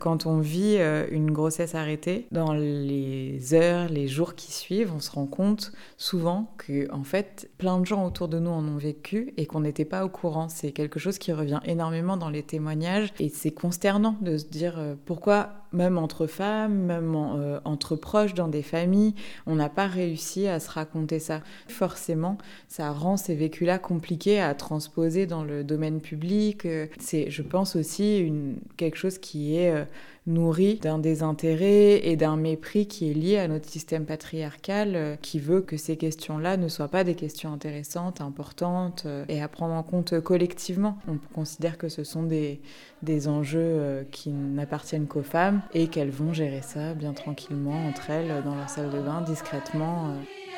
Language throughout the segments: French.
Quand on vit une grossesse arrêtée, dans les heures, les jours qui suivent, on se rend compte souvent que, en fait, plein de gens autour de nous en ont vécu et qu'on n'était pas au courant. C'est quelque chose qui revient énormément dans les témoignages et c'est consternant de se dire pourquoi, même entre femmes, même entre proches dans des familles, on n'a pas réussi à se raconter ça. Forcément, ça rend ces vécus-là compliqués à transposer dans le domaine public. C'est, je pense aussi, quelque chose qui est nourri d'un désintérêt et d'un mépris qui est lié à notre système patriarcal qui veut que ces questions-là ne soient pas des questions intéressantes, importantes et à prendre en compte collectivement. On considère que ce sont des enjeux qui n'appartiennent qu'aux femmes et qu'elles vont gérer ça bien tranquillement entre elles dans leur salle de bain, discrètement.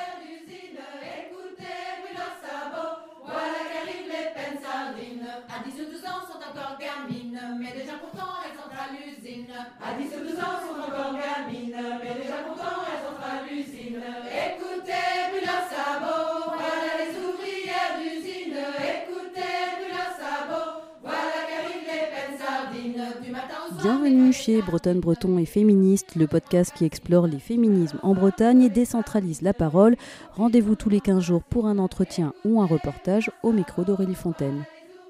À 10 ou 12 ans, sont encore gamines, mais déjà pourtant elles entrent à l'usine. Écoutez, brûle leurs sabots, voilà les ouvrières d'usine. Écoutez, brûle leurs sabots, voilà qu'arrivent les peines sardines. Du matin au soir. Bienvenue chez Bretonne Breton et Féministe, le podcast qui explore les féminismes en Bretagne et décentralise la parole. Rendez-vous tous les 15 jours pour un entretien ou un reportage au micro d'Aurélie Fontaine.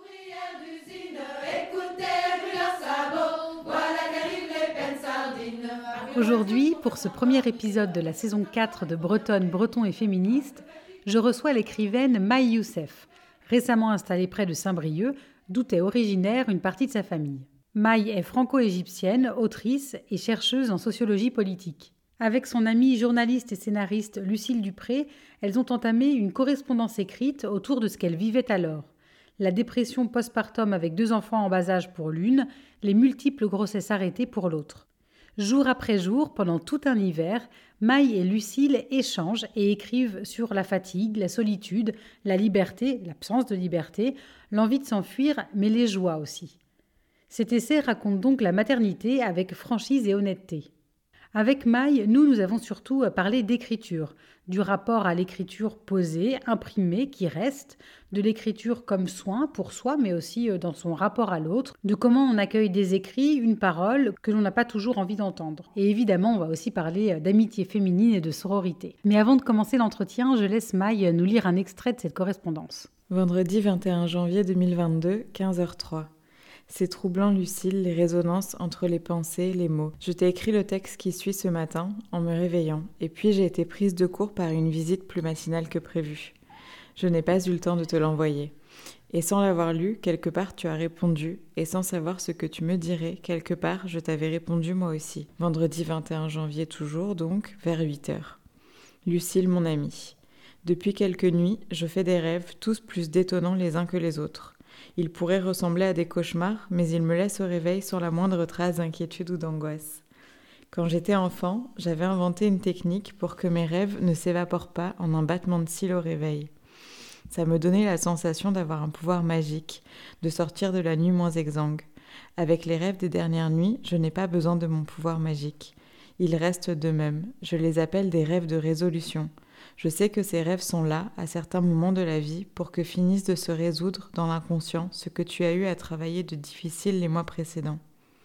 Aujourd'hui, pour ce premier épisode de la saison 4 de Bretonne, Breton et Féministe, je reçois l'écrivaine Maï Youssef, récemment installée près de Saint-Brieuc, d'où est originaire une partie de sa famille. Maï est franco-égyptienne, autrice et chercheuse en sociologie politique. Avec son amie journaliste et scénariste Lucille Dupré, elles ont entamé une correspondance écrite autour de ce qu'elles vivaient alors. La dépression postpartum avec 2 enfants en bas âge pour l'une, les multiples grossesses arrêtées pour l'autre. Jour après jour, pendant tout un hiver, Maï et Lucille échangent et écrivent sur la fatigue, la solitude, la liberté, l'absence de liberté, l'envie de s'enfuir, mais les joies aussi. Cet essai raconte donc la maternité avec franchise et honnêteté. Avec Maï, nous avons surtout parlé d'écriture, du rapport à l'écriture posée, imprimée, qui reste, de l'écriture comme soin pour soi, mais aussi dans son rapport à l'autre, de comment on accueille des écrits, une parole que l'on n'a pas toujours envie d'entendre. Et évidemment, on va aussi parler d'amitié féminine et de sororité. Mais avant de commencer l'entretien, je laisse Maï nous lire un extrait de cette correspondance. Vendredi 21 janvier 2022, 15h03. C'est troublant, Lucille, les résonances entre les pensées, les mots. Je t'ai écrit le texte qui suit ce matin, en me réveillant, et puis j'ai été prise de court par une visite plus matinale que prévu. Je n'ai pas eu le temps de te l'envoyer. Et sans l'avoir lu, quelque part tu as répondu, et sans savoir ce que tu me dirais, quelque part je t'avais répondu moi aussi. Vendredi 21 janvier toujours, donc, vers 8h. Lucille, mon amie. Depuis quelques nuits, je fais des rêves, tous plus détonnants les uns que les autres. Ils pourraient ressembler à des cauchemars, mais ils me laissent au réveil sans la moindre trace d'inquiétude ou d'angoisse. Quand j'étais enfant, j'avais inventé une technique pour que mes rêves ne s'évaporent pas en un battement de cils au réveil. Ça me donnait la sensation d'avoir un pouvoir magique, de sortir de la nuit moins exsangue. Avec les rêves des dernières nuits, je n'ai pas besoin de mon pouvoir magique. Ils restent d'eux-mêmes. Je les appelle des rêves de résolution. Je sais que ces rêves sont là, à certains moments de la vie, pour que finisse de se résoudre dans l'inconscient ce que tu as eu à travailler de difficile les mois précédents.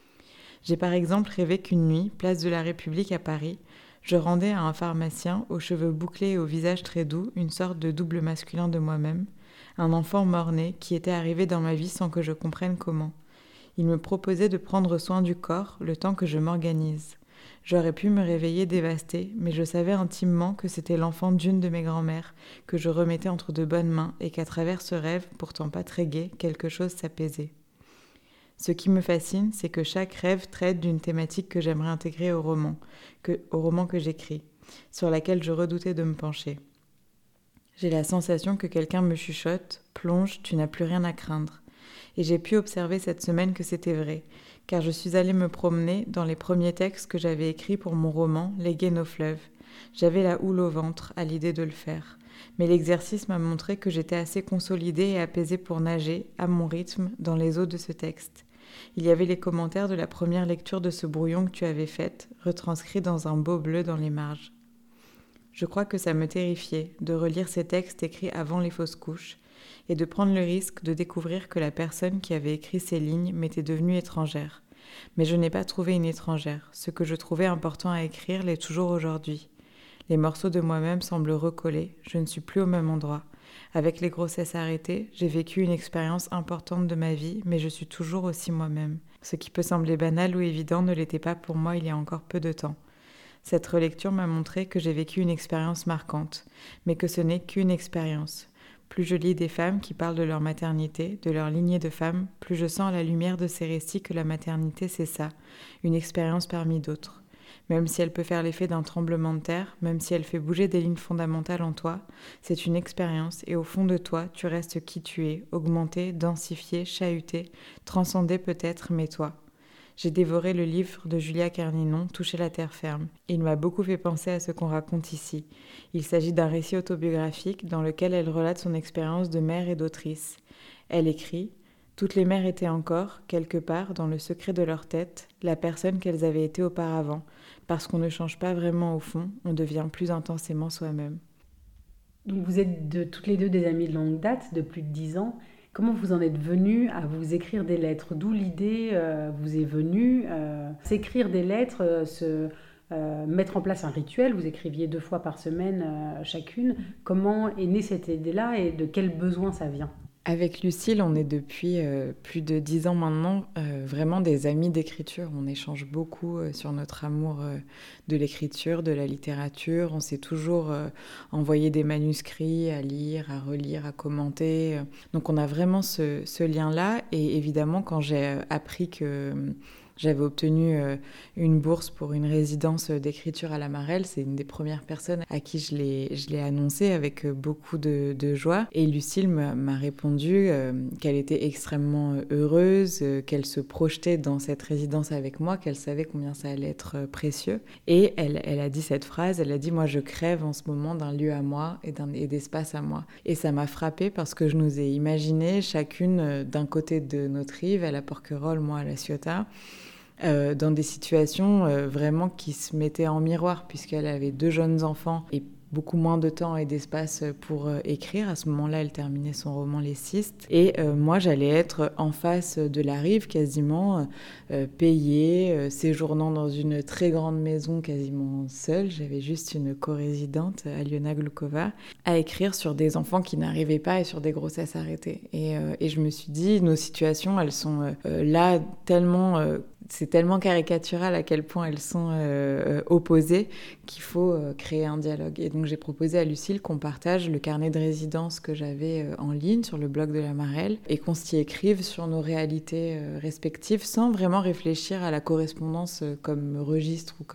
J'ai par exemple rêvé qu'une nuit, place de la République à Paris, je rendais à un pharmacien aux cheveux bouclés et au visage très doux une sorte de double masculin de moi-même, un enfant mort-né qui était arrivé dans ma vie sans que je comprenne comment. Il me proposait de prendre soin du corps le temps que je m'organise. J'aurais pu me réveiller dévastée, mais je savais intimement que c'était l'enfant d'une de mes grand-mères, que je remettais entre de bonnes mains et qu'à travers ce rêve, pourtant pas très gai, quelque chose s'apaisait. Ce qui me fascine, c'est que chaque rêve traite d'une thématique que j'aimerais intégrer au roman que j'écris, sur laquelle je redoutais de me pencher. J'ai la sensation que quelqu'un me chuchote « Plonge, tu n'as plus rien à craindre ». Et j'ai pu observer cette semaine que c'était vrai, car je suis allée me promener dans les premiers textes que j'avais écrits pour mon roman « Léguer nos fleuves ». J'avais la houle au ventre à l'idée de le faire, mais l'exercice m'a montré que j'étais assez consolidée et apaisée pour nager, à mon rythme, dans les eaux de ce texte. Il y avait les commentaires de la première lecture de ce brouillon que tu avais faite, retranscrits dans un beau bleu dans les marges. Je crois que ça me terrifiait de relire ces textes écrits avant les fausses couches, et de prendre le risque de découvrir que la personne qui avait écrit ces lignes m'était devenue étrangère, Mais je n'ai pas trouvé une étrangère. Ce que je trouvais important à écrire l'est toujours aujourd'hui. Les morceaux de moi-même semblent recoller. Je ne suis plus au même endroit. Avec les grossesses arrêtées, j'ai vécu une expérience importante de ma vie, mais je suis toujours aussi moi-même. Ce qui peut sembler banal ou évident ne l'était pas pour moi il y a encore peu de temps. Cette relecture m'a montré que j'ai vécu une expérience marquante, mais que ce n'est qu'une expérience. Plus je lis des femmes qui parlent de leur maternité, de leur lignée de femmes, plus je sens à la lumière de ces récits que la maternité c'est ça, une expérience parmi d'autres. Même si elle peut faire l'effet d'un tremblement de terre, même si elle fait bouger des lignes fondamentales en toi, c'est une expérience et au fond de toi, tu restes qui tu es, augmenté, densifié, chahuté, transcendé peut-être, mais toi. J'ai dévoré le livre de Julia Kerninon, Toucher la terre ferme. Il m'a beaucoup fait penser à ce qu'on raconte ici. Il s'agit d'un récit autobiographique dans lequel elle relate son expérience de mère et d'autrice. Elle écrit « Toutes les mères étaient encore, quelque part, dans le secret de leur tête, la personne qu'elles avaient été auparavant. Parce qu'on ne change pas vraiment au fond, on devient plus intensément soi-même. » Donc vous êtes toutes les deux des amies de longue date, de plus de 10 ans. Comment vous en êtes venus à vous écrire des lettres? D'où l'idée vous est venue s'écrire des lettres, mettre en place un rituel. Vous écriviez 2 fois par semaine chacune. Comment est née cette idée-là et de quel besoin ça vient? Avec Lucille, on est depuis plus de 10 ans maintenant vraiment des amis d'écriture. On échange beaucoup sur notre amour de l'écriture, de la littérature. On s'est toujours envoyé des manuscrits à lire, à relire, à commenter. Donc on a vraiment ce lien-là. Et évidemment, quand j'ai appris que j'avais obtenu une bourse pour une résidence d'écriture à la Marelle. C'est une des premières personnes à qui je l'ai annoncé avec beaucoup de joie. Et Lucille m'a répondu qu'elle était extrêmement heureuse, qu'elle se projetait dans cette résidence avec moi, qu'elle savait combien ça allait être précieux. Et elle a dit cette phrase, elle a dit « Moi, je crève en ce moment d'un lieu à moi et d'espace à moi ». Et ça m'a frappée parce que je nous ai imaginé chacune d'un côté de notre rive, elle à Porquerolles, moi à La Ciotat, dans des situations vraiment qui se mettaient en miroir, puisqu'elle avait 2 jeunes enfants et beaucoup moins de temps et d'espace pour écrire. À ce moment-là, elle terminait son roman Les Cystes. Et moi, j'allais être en face de la rive, quasiment payée, séjournant dans une très grande maison, quasiment seule. J'avais juste une co-résidente, Aliona Glukova, à écrire sur des enfants qui n'arrivaient pas et sur des grossesses arrêtées. Et je me suis dit, nos situations, elles sont là tellement... c'est tellement caricatural à quel point elles sont opposées qu'il faut créer un dialogue. Et donc j'ai proposé à Lucille qu'on partage le carnet de résidence que j'avais en ligne sur le blog de la Marelle et qu'on s'y écrive sur nos réalités respectives sans vraiment réfléchir à la correspondance comme registre ou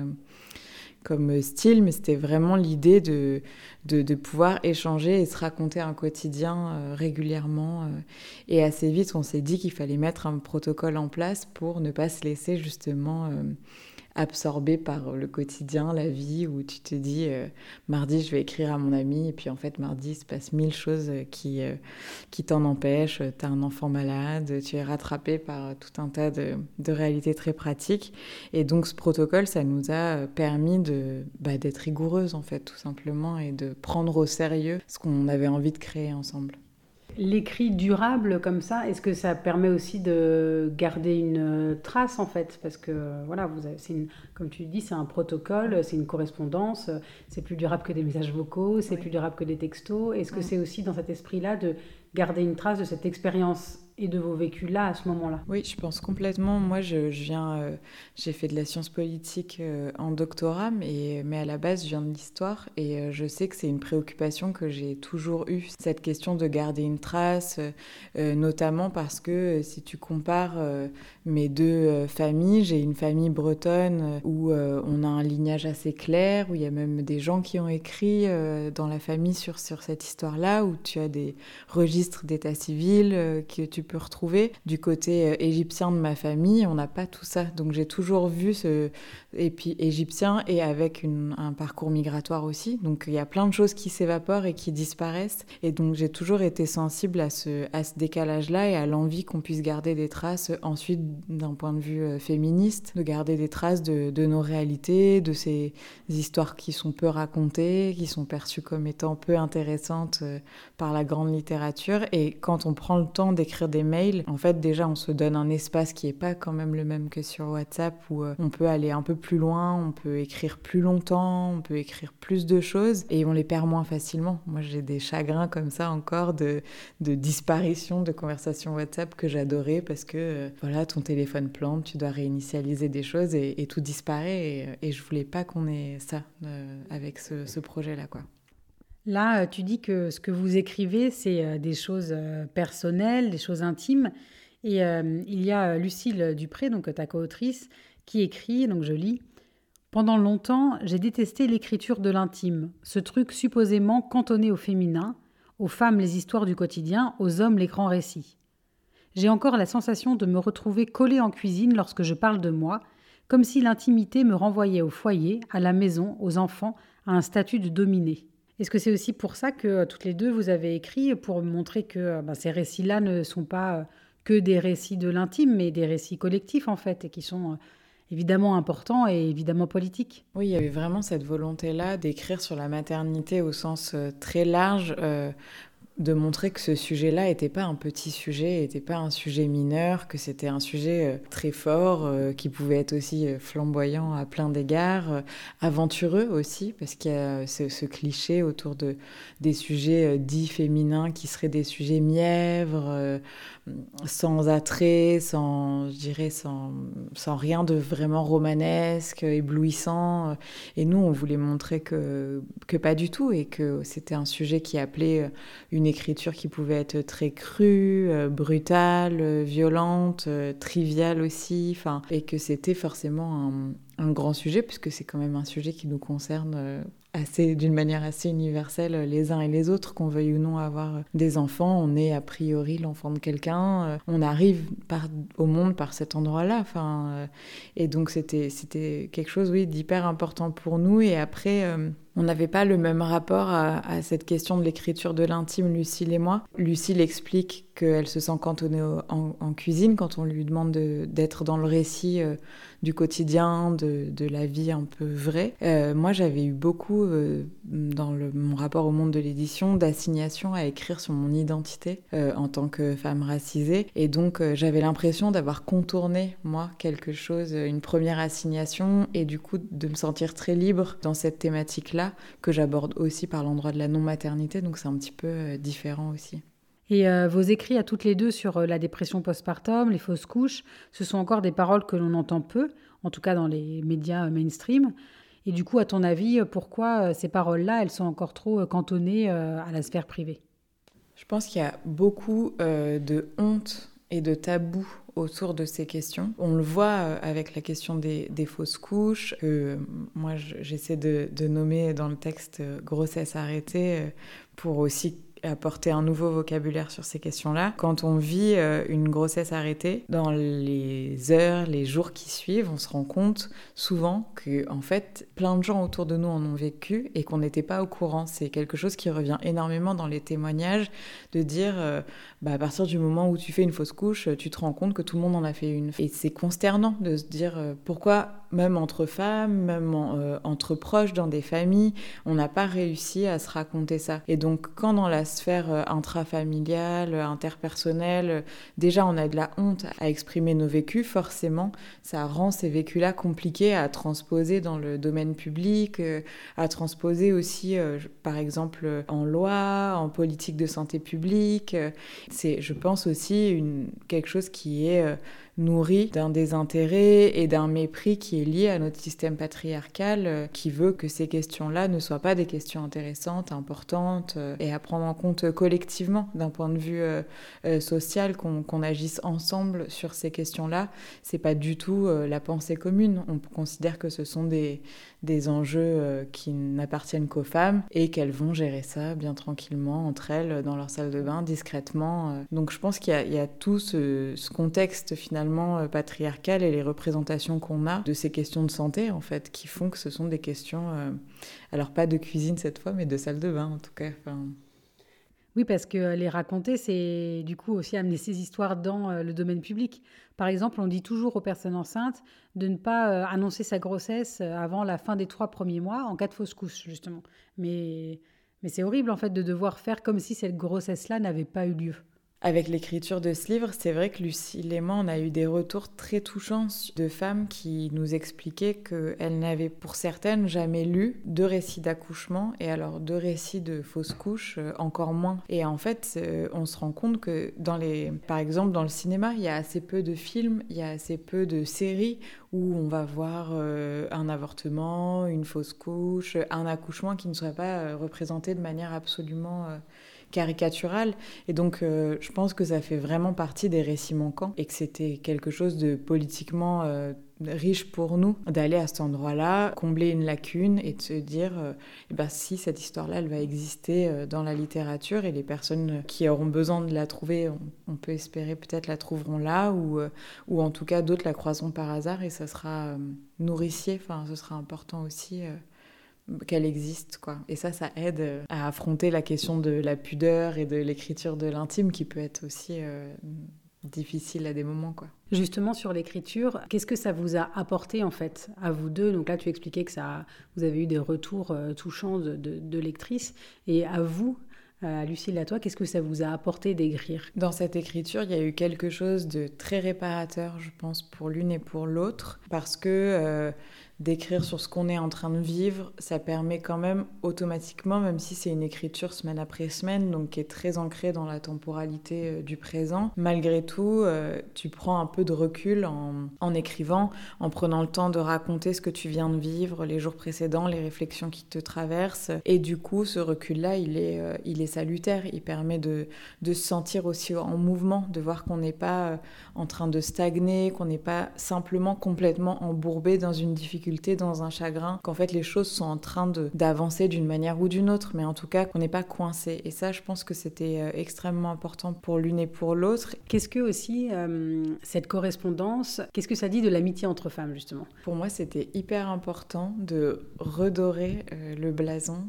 comme style, mais c'était vraiment l'idée de pouvoir échanger et se raconter un quotidien régulièrement. Et assez vite, on s'est dit qu'il fallait mettre un protocole en place pour ne pas se laisser justement absorbé par le quotidien, la vie, où tu te dis mardi je vais écrire à mon ami et puis en fait mardi il se passe 1000 choses qui t'en empêchent, t'as un enfant malade, tu es rattrapé par tout un tas de réalités très pratiques et donc ce protocole ça nous a permis d'être rigoureuse en fait tout simplement et de prendre au sérieux ce qu'on avait envie de créer ensemble. L'écrit durable comme ça, est-ce que ça permet aussi de garder une trace en fait? Parce que voilà, comme tu dis, c'est un protocole, c'est une correspondance, c'est plus durable que des messages vocaux, c'est plus durable que des textos. Est-ce que c'est aussi dans cet esprit-là de garder une trace de cette expérience et de vos vécus là à ce moment-là? Oui, je pense complètement. Moi, j'ai fait de la science politique en doctorat, mais à la base, je viens de l'histoire et je sais que c'est une préoccupation que j'ai toujours eue, cette question de garder une trace, notamment parce que si tu compares mes 2 familles, j'ai une famille bretonne où on a un lignage assez clair, où il y a même des gens qui ont écrit dans la famille sur cette histoire-là, où tu as des registres d'état civil que tu peux retrouver. Du côté égyptien de ma famille, on n'a pas tout ça. Donc j'ai toujours vu et puis égyptien et avec un parcours migratoire aussi. Donc il y a plein de choses qui s'évaporent et qui disparaissent. Et donc j'ai toujours été sensible à ce décalage-là et à l'envie qu'on puisse garder des traces ensuite d'un point de vue féministe, de garder des traces de nos réalités, de ces histoires qui sont peu racontées, qui sont perçues comme étant peu intéressantes par la grande littérature. Et quand on prend le temps d'écrire des des mails, en fait déjà on se donne un espace qui est pas quand même le même que sur WhatsApp où on peut aller un peu plus loin, on peut écrire plus longtemps, on peut écrire plus de choses et on les perd moins facilement. Moi j'ai des chagrins comme ça encore de disparition de conversations WhatsApp que j'adorais parce que voilà, ton téléphone plante, tu dois réinitialiser des choses et tout disparaît et je voulais pas qu'on ait ça avec ce projet-là, quoi. Là, tu dis que ce que vous écrivez, c'est des choses personnelles, des choses intimes. Et il y a Lucille Dupré, donc ta co-autrice, qui écrit, donc je lis, « Pendant longtemps, j'ai détesté l'écriture de l'intime, ce truc supposément cantonné au féminin, aux femmes les histoires du quotidien, aux hommes les grands récits. J'ai encore la sensation de me retrouver collée en cuisine lorsque je parle de moi, comme si l'intimité me renvoyait au foyer, à la maison, aux enfants, à un statut de dominé. » Est-ce que c'est aussi pour ça que toutes les deux, vous avez écrit pour montrer que ces récits-là ne sont pas que des récits de l'intime, mais des récits collectifs, en fait, et qui sont évidemment importants et évidemment politiques? Oui, il y avait vraiment cette volonté-là d'écrire sur la maternité au sens très large, de montrer que ce sujet-là n'était pas un petit sujet, n'était pas un sujet mineur, que c'était un sujet très fort, qui pouvait être aussi flamboyant à plein d'égards, aventureux aussi, parce qu'il y a ce cliché autour des sujets dits féminins qui seraient des sujets mièvres, sans attrait, sans rien de vraiment romanesque, éblouissant. Et nous, on voulait montrer que pas du tout, et que c'était un sujet qui appelait une écriture qui pouvait être très crue, brutale, violente, triviale aussi, et que c'était forcément un grand sujet, puisque c'est quand même un sujet qui nous concerne d'une manière assez universelle les uns et les autres, qu'on veuille ou non avoir des enfants. On est a priori l'enfant de quelqu'un, on arrive au monde par cet endroit-là, et donc c'était quelque chose, oui, d'hyper important pour nous. Et après, on n'avait pas le même rapport à cette question de l'écriture de l'intime, Lucille et moi. Lucille explique qu'elle se sent cantonnée en cuisine quand on lui demande d'être dans le récit du quotidien, de la vie un peu vraie. Moi, j'avais eu beaucoup, dans mon rapport au monde de l'édition, d'assignation à écrire sur mon identité en tant que femme racisée. Et donc, j'avais l'impression d'avoir contourné, moi, quelque chose, une première assignation, et du coup, de me sentir très libre dans cette thématique-là, que j'aborde aussi par l'endroit de la non-maternité. Donc, c'est un petit peu différent aussi. Et vos écrits à toutes les deux sur la dépression postpartum, les fausses couches, ce sont encore des paroles que l'on entend peu, en tout cas dans les médias mainstream. Et du coup, à ton avis, pourquoi ces paroles-là, elles sont encore trop cantonnées à la sphère privée? Je pense qu'il y a beaucoup de honte et de tabou autour de ces questions. On le voit avec la question des fausses couches, que moi j'essaie de nommer dans le texte grossesse arrêtée pour aussi apporter un nouveau vocabulaire sur ces questions-là. Quand on vit une grossesse arrêtée, dans les heures, les jours qui suivent, on se rend compte souvent que, en fait, plein de gens autour de nous en ont vécu et qu'on n'était pas au courant. C'est quelque chose qui revient énormément dans les témoignages, de dire à partir du moment où tu fais une fausse couche, tu te rends compte que tout le monde en a fait une. Et c'est consternant de se dire pourquoi, même entre femmes, même entre proches, dans des familles, on n'a pas réussi à se raconter ça. Et donc, quand dans la sphère intrafamiliale, interpersonnelle, déjà on a de la honte à exprimer nos vécus, forcément, ça rend ces vécus-là compliqués à transposer dans le domaine public, à transposer aussi, par exemple, en loi, en politique de santé publique. C'est, je pense aussi, quelque chose qui est nourri d'un désintérêt et d'un mépris qui est lié à notre système patriarcal, qui veut que ces questions-là ne soient pas des questions intéressantes, importantes, et à prendre en compte collectivement d'un point de vue social, qu'on agisse ensemble sur ces questions-là. C'est pas du tout la pensée commune. On considère que ce sont des enjeux qui n'appartiennent qu'aux femmes et qu'elles vont gérer ça bien tranquillement entre elles dans leur salle de bain, discrètement. Donc je pense qu'il y a tout ce contexte finalement patriarcal et les représentations qu'on a de ces questions de santé en fait, qui font que ce sont des questions, alors pas de cuisine cette fois, mais de salle de bain en tout cas. Oui, parce que les raconter, c'est du coup aussi amener ces histoires dans le domaine public. Par exemple, on dit toujours aux personnes enceintes de ne pas annoncer sa grossesse avant la fin des 3 premiers mois, en cas de fausse couche, justement. Mais c'est horrible, en fait, de devoir faire comme si cette grossesse-là n'avait pas eu lieu. Avec l'écriture de ce livre, c'est vrai que Lucille et moi, on a eu des retours très touchants de femmes qui nous expliquaient qu'elles n'avaient, pour certaines, jamais lu de récits d'accouchement, et alors de récits de fausses couches, encore moins. Et en fait, on se rend compte que par exemple, dans le cinéma, il y a assez peu de films, il y a assez peu de séries où on va voir un avortement, une fausse couche, un accouchement qui ne soit pas représenté de manière absolument caricaturale. Et donc, je pense que ça fait vraiment partie des récits manquants et que c'était quelque chose de politiquement riche pour nous d'aller à cet endroit-là, combler une lacune et de se dire si cette histoire-là, elle va exister dans la littérature et les personnes qui auront besoin de la trouver, on peut espérer peut-être la trouveront là ou en tout cas d'autres la croiseront par hasard et ça sera nourricier, enfin ce sera important aussi qu'elle existe, quoi. Et ça aide à affronter la question de la pudeur et de l'écriture de l'intime qui peut être aussi difficile à des moments, quoi. Justement, sur l'écriture, qu'est-ce que ça vous a apporté, en fait, à vous deux? Donc là, tu expliquais que vous avez eu des retours touchants de lectrices. Et à vous, à Lucille, à toi, qu'est-ce que ça vous a apporté d'écrire? Dans cette écriture, il y a eu quelque chose de très réparateur, je pense, pour l'une et pour l'autre, parce que d'écrire sur ce qu'on est en train de vivre, ça permet quand même automatiquement, même si c'est une écriture semaine après semaine, donc qui est très ancrée dans la temporalité du présent, malgré tout, tu prends un peu de recul en écrivant, en prenant le temps de raconter ce que tu viens de vivre les jours précédents, les réflexions qui te traversent, et du coup, ce recul-là, il est salutaire, il permet de se sentir aussi en mouvement, de voir qu'on n'est pas en train de stagner, qu'on n'est pas simplement complètement embourbé dans une difficulté, dans un chagrin, qu'en fait les choses sont en train d'avancer d'une manière ou d'une autre, mais en tout cas qu'on n'est pas coincé. Et ça, je pense que c'était extrêmement important pour l'une et pour l'autre. Qu'est-ce que aussi, cette correspondance, qu'est-ce que ça dit de l'amitié entre femmes, justement? Pour moi, c'était hyper important de redorer le blason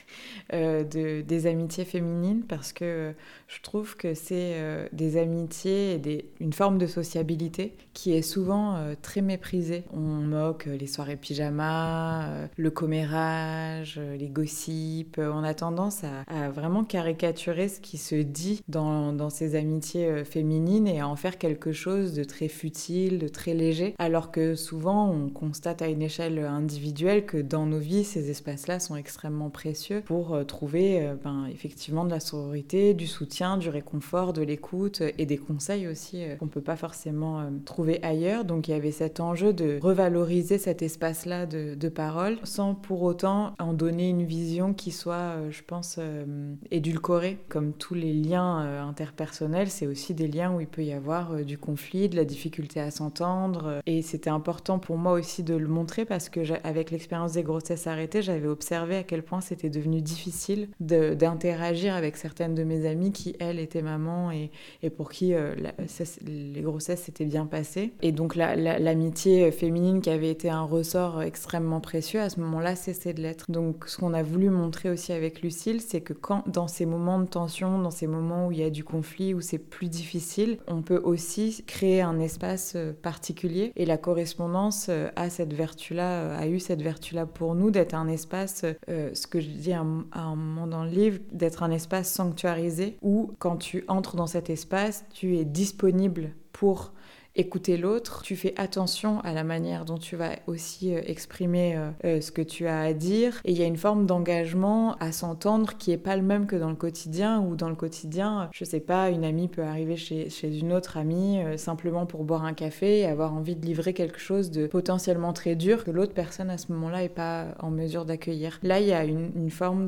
des amitiés féminines, parce que je trouve que c'est des amitiés et une forme de sociabilité qui est souvent très méprisée. On moque les soirées pyjama, le commérage, les gossips. On a tendance à vraiment caricaturer ce qui se dit dans ces amitiés féminines et à en faire quelque chose de très futile, de très léger, alors que souvent on constate à une échelle individuelle que dans nos vies, ces espaces-là sont extrêmement précieux pour trouver effectivement de la sororité, du soutien, du réconfort, de l'écoute et des conseils aussi qu'on ne peut pas forcément trouver ailleurs. Donc il y avait cet enjeu de revaloriser cet espace-là de parole sans pour autant en donner une vision qui soit, je pense, édulcorée. Comme tous les liens interpersonnels, c'est aussi des liens où il peut y avoir du conflit, de la difficulté à s'entendre. Et c'était important pour moi aussi de le montrer parce que avec l'expérience des grossesses arrêtées, j'avais observé à quel point c'était devenu difficile d'interagir avec certaines de mes amies qui, elles, étaient mamans et pour qui les grossesses s'étaient bien passées. Et donc l'amitié féminine qui avait été un ressort extrêmement précieux, à ce moment-là, cessait de l'être. Donc ce qu'on a voulu montrer aussi avec Lucille, c'est que dans ces moments de tension, dans ces moments où il y a du conflit, où c'est plus difficile, on peut aussi créer un espace particulier. Et la correspondance a eu cette vertu-là pour nous, d'être un espace, ce que je dis à un moment dans le livre, d'être un espace sanctuarisé où, quand tu entres dans cet espace, tu es disponible pour écouter l'autre, tu fais attention à la manière dont tu vas aussi exprimer ce que tu as à dire, et il y a une forme d'engagement à s'entendre qui est pas le même que dans le quotidien, où dans le quotidien, je sais pas, une amie peut arriver chez une autre amie simplement pour boire un café et avoir envie de livrer quelque chose de potentiellement très dur que l'autre personne à ce moment-là est pas en mesure d'accueillir. Là, il y a une forme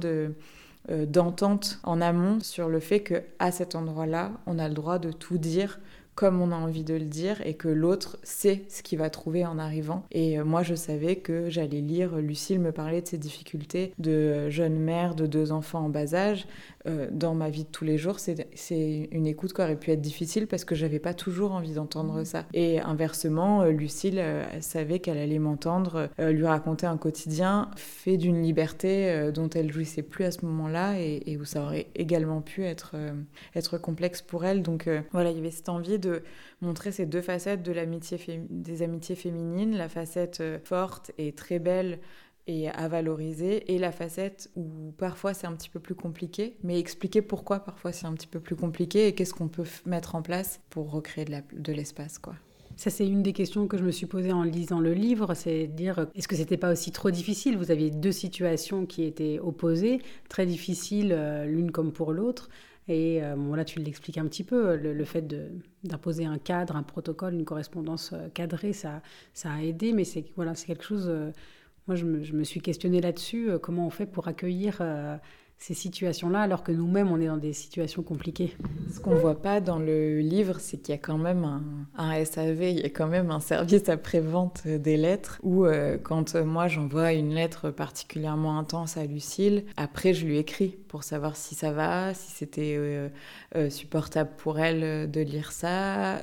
d'entente en amont sur le fait qu'à cet endroit-là, on a le droit de tout dire comme on a envie de le dire et que l'autre sait ce qu'il va trouver en arrivant. Et moi, je savais que j'allais lire, Lucille me parlait de ses difficultés de jeune mère de 2 enfants en bas âge. Dans ma vie de tous les jours, c'est une écoute qui aurait pu être difficile parce que j'avais pas toujours envie d'entendre ça. Et inversement, Lucille, elle savait qu'elle allait m'entendre lui raconter un quotidien fait d'une liberté dont elle jouissait plus à ce moment-là et où ça aurait également pu être complexe pour elle. Donc voilà, il y avait cette envie de montrer ces 2 facettes de des amitiés féminines, la facette forte et très belle et à valoriser, et la facette où parfois c'est un petit peu plus compliqué, mais expliquer pourquoi parfois c'est un petit peu plus compliqué et qu'est-ce qu'on peut mettre en place pour recréer de l'espace, quoi. Ça, c'est une des questions que je me suis posée en lisant le livre, c'est de dire, est-ce que c'était pas aussi trop difficile ? Vous aviez 2 situations qui étaient opposées, très difficiles l'une comme pour l'autre. Et là, tu l'expliques un petit peu, le fait d'imposer un cadre, un protocole, une correspondance cadrée, ça a aidé, mais c'est quelque chose... moi, je me suis questionnée là-dessus, comment on fait pour accueillir ces situations-là, alors que nous-mêmes, on est dans des situations compliquées. Ce qu'on ne voit pas dans le livre, c'est qu'il y a quand même un SAV, il y a quand même un service après-vente des lettres, où quand moi j'envoie une lettre particulièrement intense à Lucille, après je lui écris pour savoir si ça va, si c'était supportable pour elle de lire ça,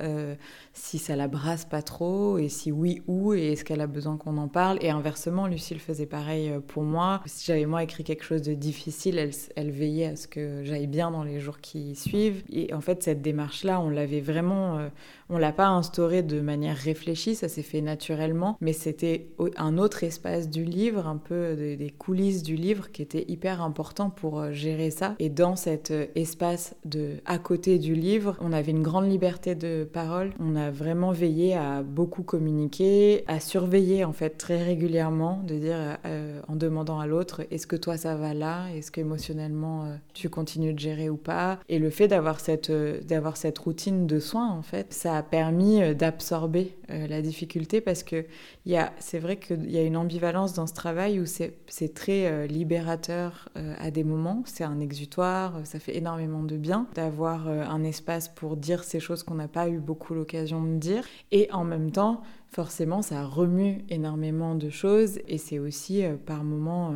si ça la brasse pas trop, et si oui, où, et est-ce qu'elle a besoin qu'on en parle. Et inversement, Lucille faisait pareil pour moi. Si j'avais moi écrit quelque chose de difficile, elle veillait à ce que j'aille bien dans les jours qui suivent. Et en fait, cette démarche-là, on l'avait vraiment... on l'a pas instaurée de manière réfléchie, ça s'est fait naturellement, mais c'était un autre espace du livre, un peu des coulisses du livre, qui était hyper important pour gérer ça. Et dans cet espace à côté du livre, on avait une grande liberté de parole. On a vraiment veillé à beaucoup communiquer, à surveiller en fait très régulièrement, de dire en demandant à l'autre, est-ce que toi ça va là ? Est-ce qu'émotionnellement tu continues de gérer ou pas ? Et le fait d'avoir cette routine de soins, en fait, ça a permis d'absorber la difficulté, parce que c'est vrai qu'il y a une ambivalence dans ce travail où c'est très libérateur à des moments, c'est un exutoire, ça fait énormément de bien d'avoir un espace pour dire ces choses qu'on n'a pas eu beaucoup l'occasion de dire, et en même temps, forcément, ça remue énormément de choses, et c'est aussi par moments...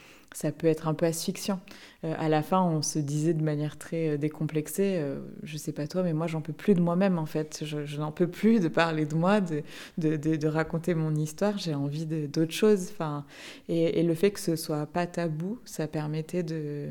ça peut être un peu asphyxiant. À la fin, on se disait de manière très décomplexée, je sais pas toi, mais moi, j'en peux plus de moi-même, en fait. Je n'en peux plus de parler de moi, de raconter mon histoire. J'ai envie d'autre chose. Enfin, et le fait que ce soit pas tabou, ça permettait de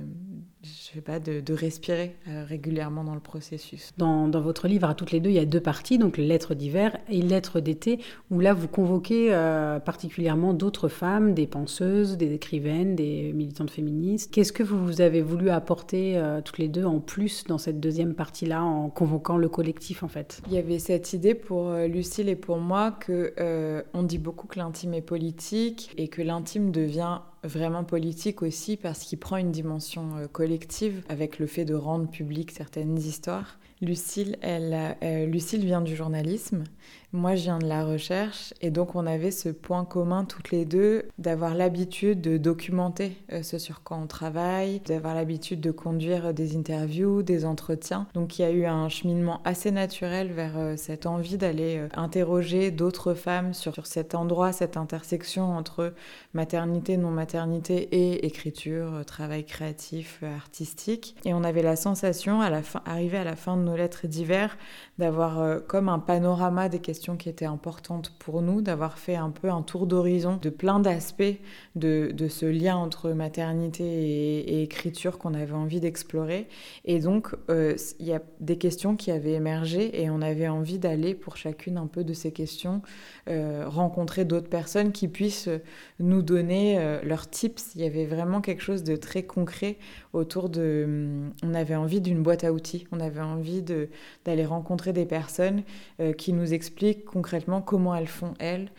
respirer régulièrement dans le processus. Dans votre livre, à toutes les deux, il y a 2 parties, donc lettres d'hiver et lettres d'été, où là, vous convoquez particulièrement d'autres femmes, des penseuses, des écrivaines, des militantes féministes. Qu'est-ce que vous avez voulu apporter toutes les deux en plus dans cette deuxième partie-là, en convoquant le collectif, en fait ? Il y avait cette idée pour Lucille et pour moi qu'on dit beaucoup que l'intime est politique, et que l'intime devient vraiment politique aussi parce qu'il prend une dimension collective avec le fait de rendre publiques certaines histoires. Lucille vient du journalisme, moi je viens de la recherche, et donc on avait ce point commun toutes les deux d'avoir l'habitude de documenter ce sur quoi on travaille, d'avoir l'habitude de conduire des interviews, des entretiens. Donc il y a eu un cheminement assez naturel vers cette envie d'aller interroger d'autres femmes sur cet endroit, cette intersection entre maternité, non-maternité et écriture, travail créatif, artistique. Et on avait la sensation, arrivé à la fin de nos lettres d'hiver, d'avoir comme un panorama des questions qui étaient importantes pour nous, d'avoir fait un peu un tour d'horizon de plein d'aspects de ce lien entre maternité et écriture qu'on avait envie d'explorer. Et donc, il y a des questions qui avaient émergé, et on avait envie d'aller, pour chacune un peu de ces questions, rencontrer d'autres personnes qui puissent nous donner leurs tips. Il y avait vraiment quelque chose de très concret autour on avait envie d'une boîte à outils. On avait envie d'aller rencontrer des personnes qui nous expliquent concrètement comment elles font,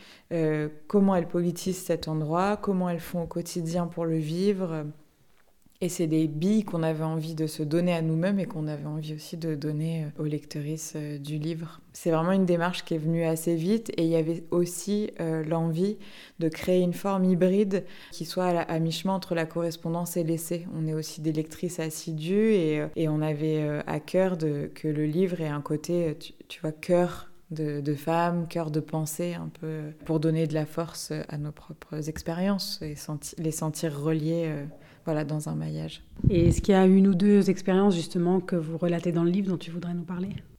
comment elles politisent cet endroit, comment elles font au quotidien pour le vivre. Et c'est des billes qu'on avait envie de se donner à nous-mêmes et qu'on avait envie aussi de donner aux lectrices du livre. C'est vraiment une démarche qui est venue assez vite, et il y avait aussi l'envie de créer une forme hybride qui soit à mi-chemin entre la correspondance et l'essai. On est aussi des lectrices assidues, et on avait à cœur que le livre ait un côté, tu vois, cœur de femmes, cœur de pensée, un peu pour donner de la force à nos propres expériences et les sentir reliées dans un maillage. Et est-ce qu'il y a une ou 2 expériences justement que vous relatez dans le livre dont tu voudrais nous parler ?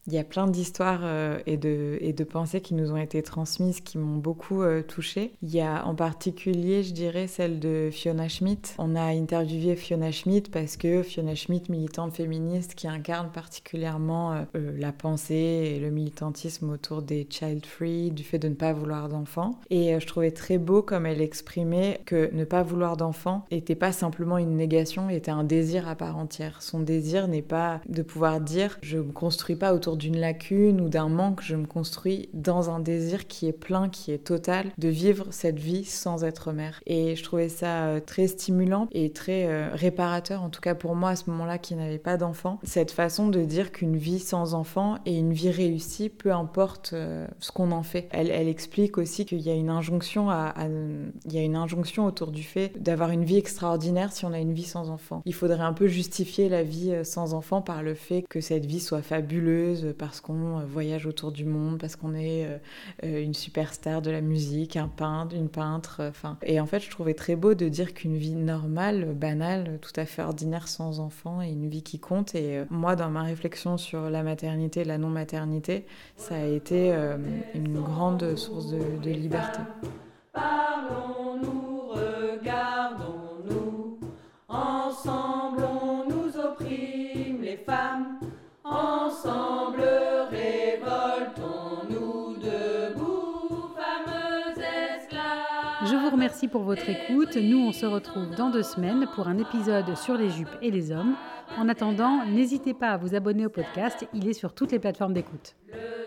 Il y a plein d'histoires et de pensées qui nous ont été transmises qui m'ont beaucoup touchée. Il y a en particulier, je dirais, celle de Fiona Schmidt. On a interviewé Fiona Schmidt parce que Fiona Schmidt, militante féministe qui incarne particulièrement la pensée et le militantisme autour des child free, du fait de ne pas vouloir d'enfants. Et je trouvais très beau comme elle exprimait que ne pas vouloir d'enfants n'était pas simplement une négation, était un désir à part entière. Son désir n'est pas de pouvoir dire « je me construis pas autour d'une lacune ou d'un manque, je me construis dans un désir qui est plein, qui est total, de vivre cette vie sans être mère. » Et je trouvais ça très stimulant et très réparateur, en tout cas pour moi à ce moment-là qui n'avait pas d'enfant. Cette façon de dire qu'une vie sans enfant est une vie réussie, peu importe ce qu'on en fait. Elle explique aussi qu'il y a une injonction il y a une injonction autour du fait d'avoir une vie extraordinaire si on a une vie sans enfant. Il faudrait un peu justifier la vie sans enfant par le fait que cette vie soit fabuleuse, parce qu'on voyage autour du monde, parce qu'on est une superstar de la musique, un peintre, une peintre, enfin. Et en fait, je trouvais très beau de dire qu'une vie normale, banale, tout à fait ordinaire sans enfant est une vie qui compte. Et moi, dans ma réflexion sur la maternité et la non-maternité, ça a été une grande source de liberté. Parlons-nous, regardons-nous, ensemble on nous opprime les femmes, ensemble révoltons-nous debout, fameux esclaves. Je vous remercie pour votre écoute. Nous, on se retrouve dans 2 semaines pour un épisode sur les jupes et les hommes. En attendant, n'hésitez pas à vous abonner au podcast. Il est sur toutes les plateformes d'écoute.